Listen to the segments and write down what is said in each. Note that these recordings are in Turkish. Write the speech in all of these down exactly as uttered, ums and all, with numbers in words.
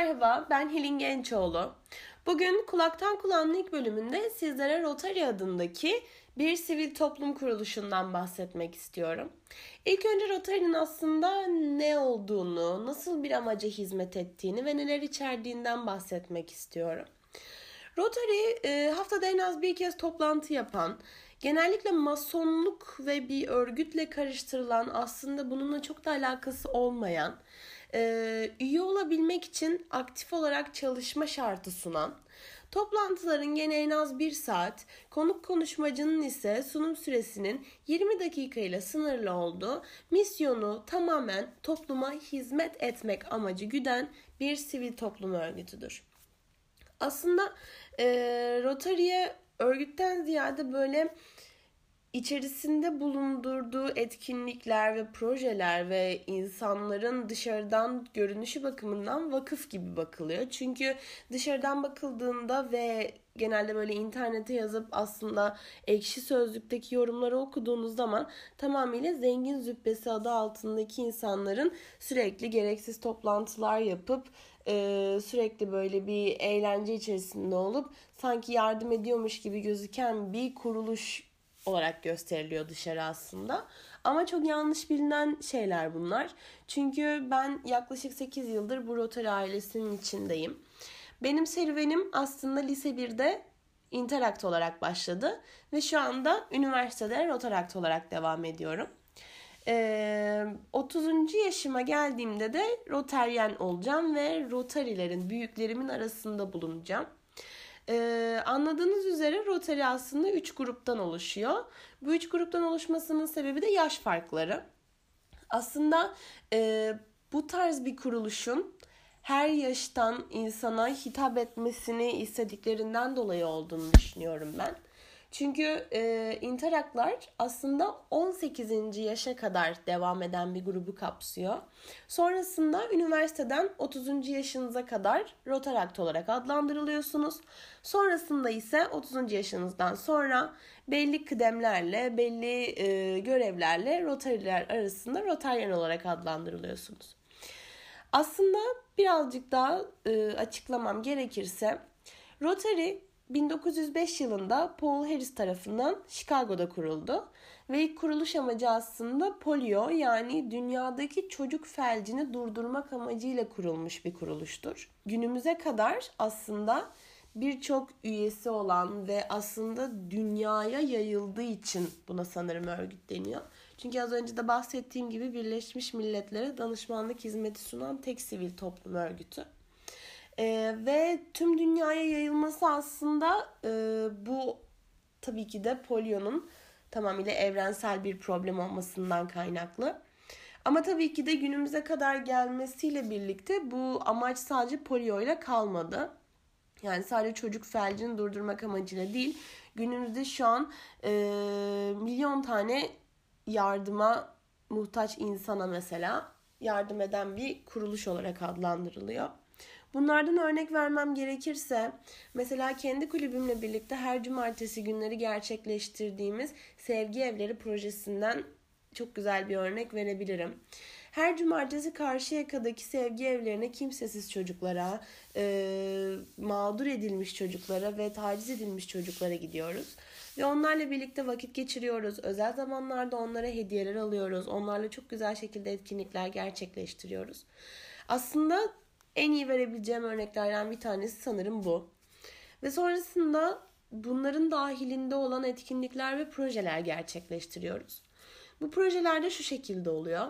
Merhaba, ben Helin Gençoğlu. Bugün Kulaktan Kulağın ilk bölümünde sizlere Rotary adındaki bir sivil toplum kuruluşundan bahsetmek istiyorum. İlk önce Rotary'nin aslında ne olduğunu, nasıl bir amaca hizmet ettiğini ve neler içerdiğinden bahsetmek istiyorum. Rotary haftada en az bir kez toplantı yapan, genellikle masonluk ve bir örgütle karıştırılan, aslında bununla çok da alakası olmayan, üye olabilmek için aktif olarak çalışma şartı sunan, toplantıların gene en az bir saat, konuk konuşmacının ise sunum süresinin yirmi dakika ile sınırlı olduğu, misyonu tamamen topluma hizmet etmek amacı güden bir sivil toplum örgütüdür. Aslında e, Rotary'e örgütten ziyade böyle içerisinde bulundurduğu etkinlikler ve projeler ve insanların dışarıdan görünüşü bakımından vakıf gibi bakılıyor. Çünkü dışarıdan bakıldığında ve genelde böyle internete yazıp aslında Ekşi Sözlük'teki yorumları okuduğunuz zaman tamamıyla zengin züppesi adı altındaki insanların sürekli gereksiz toplantılar yapıp sürekli böyle bir eğlence içerisinde olup sanki yardım ediyormuş gibi gözüken bir kuruluş olarak gösteriliyor dışarı aslında. Ama çok yanlış bilinen şeyler bunlar. Çünkü ben yaklaşık sekiz yıldır bu Rotary ailesinin içindeyim. Benim serüvenim aslında lise birde Interact olarak başladı. Ve şu anda üniversitede Rotaract olarak devam ediyorum. Ee, otuzuncu yaşıma geldiğimde de Rotaryen olacağım ve Rotary'lerin, büyüklerimin arasında bulunacağım. Ee, anladığınız üzere Rotary aslında üç gruptan oluşuyor. Bu üç gruptan oluşmasının sebebi de yaş farkları. Aslında e, bu tarz bir kuruluşun her yaştan insana hitap etmesini istediklerinden dolayı olduğunu düşünüyorum ben. Çünkü e, Interact'lar aslında on sekizinci yaşa kadar devam eden bir grubu kapsıyor. Sonrasında üniversiteden otuzuncu yaşınıza kadar Rotaract olarak adlandırılıyorsunuz. Sonrasında ise otuzuncu yaşınızdan sonra belli kıdemlerle, belli e, görevlerle Rotary'ler arasında Rotaryen olarak adlandırılıyorsunuz. Aslında birazcık daha e, açıklamam gerekirse Rotary bin dokuz yüz beş yılında Paul Harris tarafından Chicago'da kuruldu ve ilk kuruluş amacı aslında polio, yani dünyadaki çocuk felcini durdurmak amacıyla kurulmuş bir kuruluştur. Günümüze kadar aslında birçok üyesi olan ve aslında dünyaya yayıldığı için buna sanırım örgüt deniyor. Çünkü az önce de bahsettiğim gibi Birleşmiş Milletler'e danışmanlık hizmeti sunan tek sivil toplum örgütü. Ee, ve tüm dünyaya yayılması aslında e, bu tabii ki de polionun tamamıyla evrensel bir problem olmasından kaynaklı. Ama tabii ki de günümüze kadar gelmesiyle birlikte bu amaç sadece polio ile kalmadı. Yani sadece çocuk felcini durdurmak amacıyla değil, günümüzde şu an e, milyon tane yardıma muhtaç insana mesela yardım eden bir kuruluş olarak adlandırılıyor. Bunlardan örnek vermem gerekirse, mesela kendi kulübümle birlikte her cumartesi günleri gerçekleştirdiğimiz Sevgi Evleri projesinden çok güzel bir örnek verebilirim. Her cumartesi Karşıyaka'daki sevgi evlerine kimsesiz çocuklara, e, mağdur edilmiş çocuklara ve taciz edilmiş çocuklara gidiyoruz. Ve onlarla birlikte vakit geçiriyoruz. Özel zamanlarda onlara hediyeler alıyoruz. Onlarla çok güzel şekilde etkinlikler gerçekleştiriyoruz. Aslında en iyi verebileceğim örneklerden bir tanesi sanırım bu. Ve sonrasında bunların dahilinde olan etkinlikler ve projeler gerçekleştiriyoruz. Bu projelerde şu şekilde oluyor.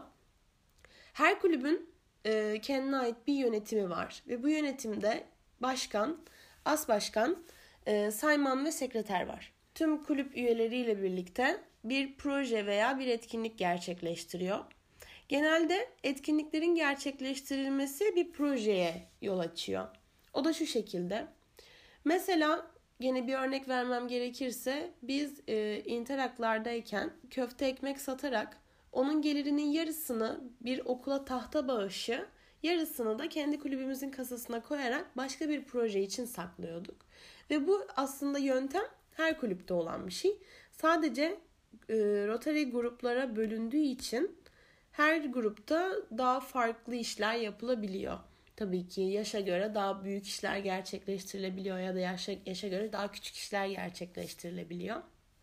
Her kulübün e, kendine ait bir yönetimi var. Ve bu yönetimde başkan, as başkan, e, sayman ve sekreter var. Tüm kulüp üyeleriyle birlikte bir proje veya bir etkinlik gerçekleştiriyor. Genelde etkinliklerin gerçekleştirilmesi bir projeye yol açıyor. O da şu şekilde. Mesela yine bir örnek vermem gerekirse biz e, Interact'lardayken köfte ekmek satarak onun gelirinin yarısını bir okula tahta bağışı, yarısını da kendi kulübümüzün kasasına koyarak başka bir proje için saklıyorduk. Ve bu aslında yöntem her kulüpte olan bir şey. Sadece e, Rotary gruplara bölündüğü için her grupta daha farklı işler yapılabiliyor. Tabii ki yaşa göre daha büyük işler gerçekleştirilebiliyor ya da yaşa, yaşa göre daha küçük işler gerçekleştirilebiliyor.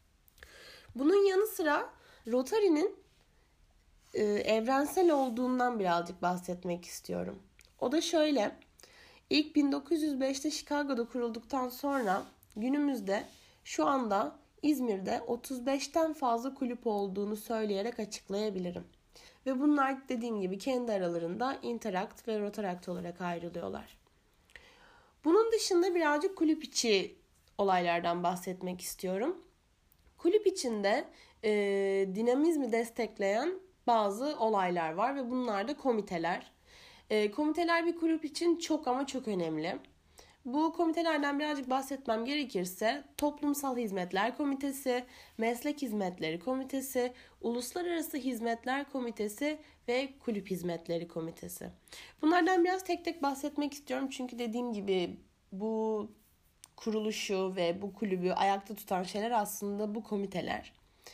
Bunun yanı sıra Rotary'nin e, evrensel olduğundan birazcık bahsetmek istiyorum. O da şöyle, ilk bin dokuz yüz beşte Chicago'da kurulduktan sonra günümüzde şu anda İzmir'de otuz beşten fazla kulüp olduğunu söyleyerek açıklayabilirim. Ve bunlar dediğim gibi kendi aralarında Interact ve Rotaract olarak ayrılıyorlar. Bunun dışında birazcık kulüp içi olaylardan bahsetmek istiyorum. Kulüp içinde e, dinamizmi destekleyen bazı olaylar var ve bunlar da komiteler. E, komiteler bir kulüp için çok ama çok önemli. Bu komitelerden birazcık bahsetmem gerekirse Toplumsal Hizmetler Komitesi, Meslek Hizmetleri Komitesi, Uluslararası Hizmetler Komitesi ve Kulüp Hizmetleri Komitesi. Bunlardan biraz tek tek bahsetmek istiyorum çünkü dediğim gibi bu kuruluşu ve bu kulübü ayakta tutan şeyler aslında bu komiteler.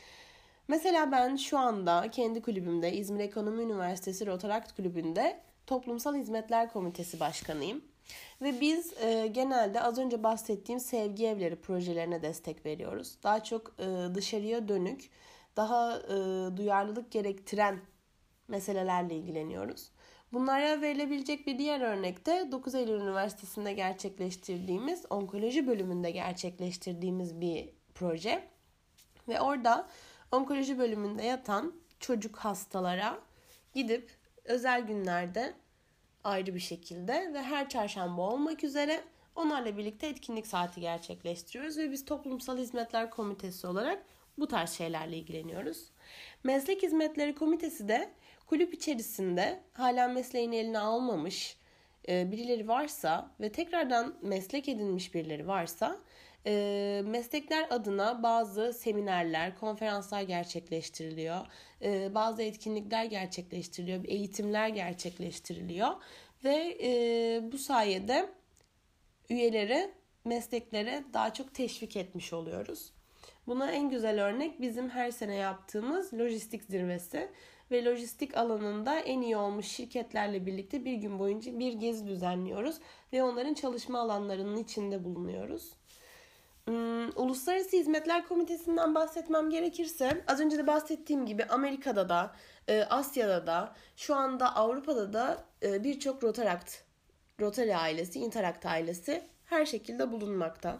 Mesela ben şu anda kendi kulübümde İzmir Ekonomi Üniversitesi Rotaract Kulübü'nde Toplumsal Hizmetler Komitesi Başkanıyım. Ve biz e, genelde az önce bahsettiğim sevgi evleri projelerine destek veriyoruz. Daha çok e, dışarıya dönük, daha e, duyarlılık gerektiren meselelerle ilgileniyoruz. Bunlara verilebilecek bir diğer örnek de dokuz Eylül Üniversitesi'nde gerçekleştirdiğimiz, onkoloji bölümünde gerçekleştirdiğimiz bir proje. Ve orada onkoloji bölümünde yatan çocuk hastalara gidip özel günlerde ayrı bir şekilde ve her çarşamba olmak üzere onlarla birlikte etkinlik saati gerçekleştiriyoruz ve biz Toplumsal Hizmetler Komitesi olarak bu tarz şeylerle ilgileniyoruz. Meslek Hizmetleri Komitesi de kulüp içerisinde hala mesleğini eline almamış birileri varsa ve tekrardan meslek edinmiş birileri varsa meslekler adına bazı seminerler, konferanslar gerçekleştiriliyor. Bazı etkinlikler gerçekleştiriliyor, eğitimler gerçekleştiriliyor. Ve bu sayede üyeleri mesleklere daha çok teşvik etmiş oluyoruz. Buna en güzel örnek bizim her sene yaptığımız lojistik zirvesi ve lojistik alanında en iyi olmuş şirketlerle birlikte bir gün boyunca bir gezi düzenliyoruz ve onların çalışma alanlarının içinde bulunuyoruz. Hmm, Uluslararası Hizmetler Komitesi'nden bahsetmem gerekirse az önce de bahsettiğim gibi Amerika'da da, e, Asya'da da, şu anda Avrupa'da da e, birçok Rotaract, Rotary ailesi, Interact ailesi her şekilde bulunmakta.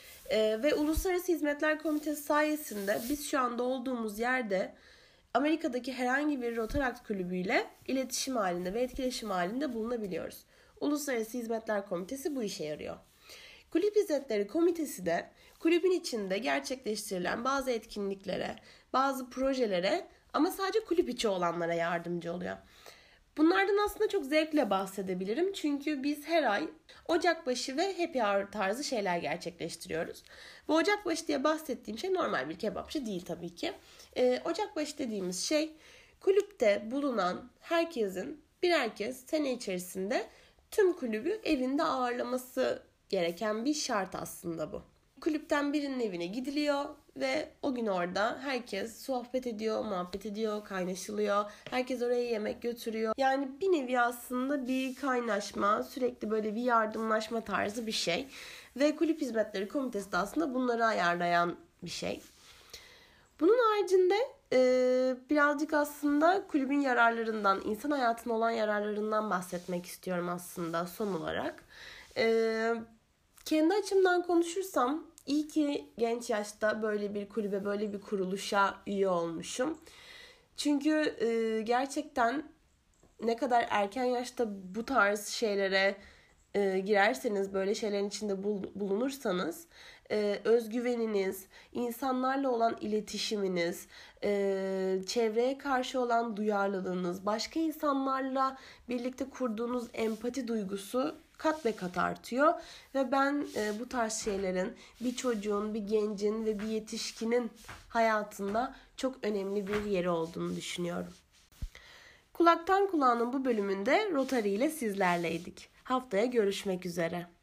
E, ve Uluslararası Hizmetler Komitesi sayesinde biz şu anda olduğumuz yerde Amerika'daki herhangi bir Rotaract kulübüyle iletişim halinde ve etkileşim halinde bulunabiliyoruz. Uluslararası Hizmetler Komitesi bu işe yarıyor. Kulüp Hizmetleri Komitesi de kulübün içinde gerçekleştirilen bazı etkinliklere, bazı projelere ama sadece kulüp içi olanlara yardımcı oluyor. Bunlardan aslında çok zevkle bahsedebilirim çünkü biz her ay Ocakbaşı ve Happy Hour tarzı şeyler gerçekleştiriyoruz. Bu Ocakbaşı diye bahsettiğim şey normal bir kebapçı değil tabii ki. Ee, Ocakbaşı dediğimiz şey kulüpte bulunan herkesin birer kez sene içerisinde tüm kulübü evinde ağırlaması gereken bir şart aslında bu. Kulüpten birinin evine gidiliyor ve o gün orada herkes sohbet ediyor, muhabbet ediyor, kaynaşılıyor. Herkes oraya yemek götürüyor. Yani bir nevi aslında bir kaynaşma, sürekli böyle bir yardımlaşma tarzı bir şey. Ve Kulüp Hizmetleri Komitesi de aslında bunları ayarlayan bir şey. Bunun haricinde e, birazcık aslında kulübün yararlarından, insan hayatına olan yararlarından bahsetmek istiyorum aslında son olarak. E, kendi açımdan konuşursam iyi ki genç yaşta böyle bir kulübe, böyle bir kuruluşa üye olmuşum. Çünkü e, gerçekten ne kadar erken yaşta bu tarz şeylere e, girerseniz, böyle şeylerin içinde bulunursanız e, özgüveniniz, insanlarla olan iletişiminiz, e, çevreye karşı olan duyarlılığınız, başka insanlarla birlikte kurduğunuz empati duygusu kat ve kat artıyor. Ve ben e, bu tarz şeylerin bir çocuğun, bir gencin ve bir yetişkinin hayatında çok önemli bir yeri olduğunu düşünüyorum. Kulaktan Kulağın bu bölümünde Rotary ile sizlerleydik. Haftaya görüşmek üzere.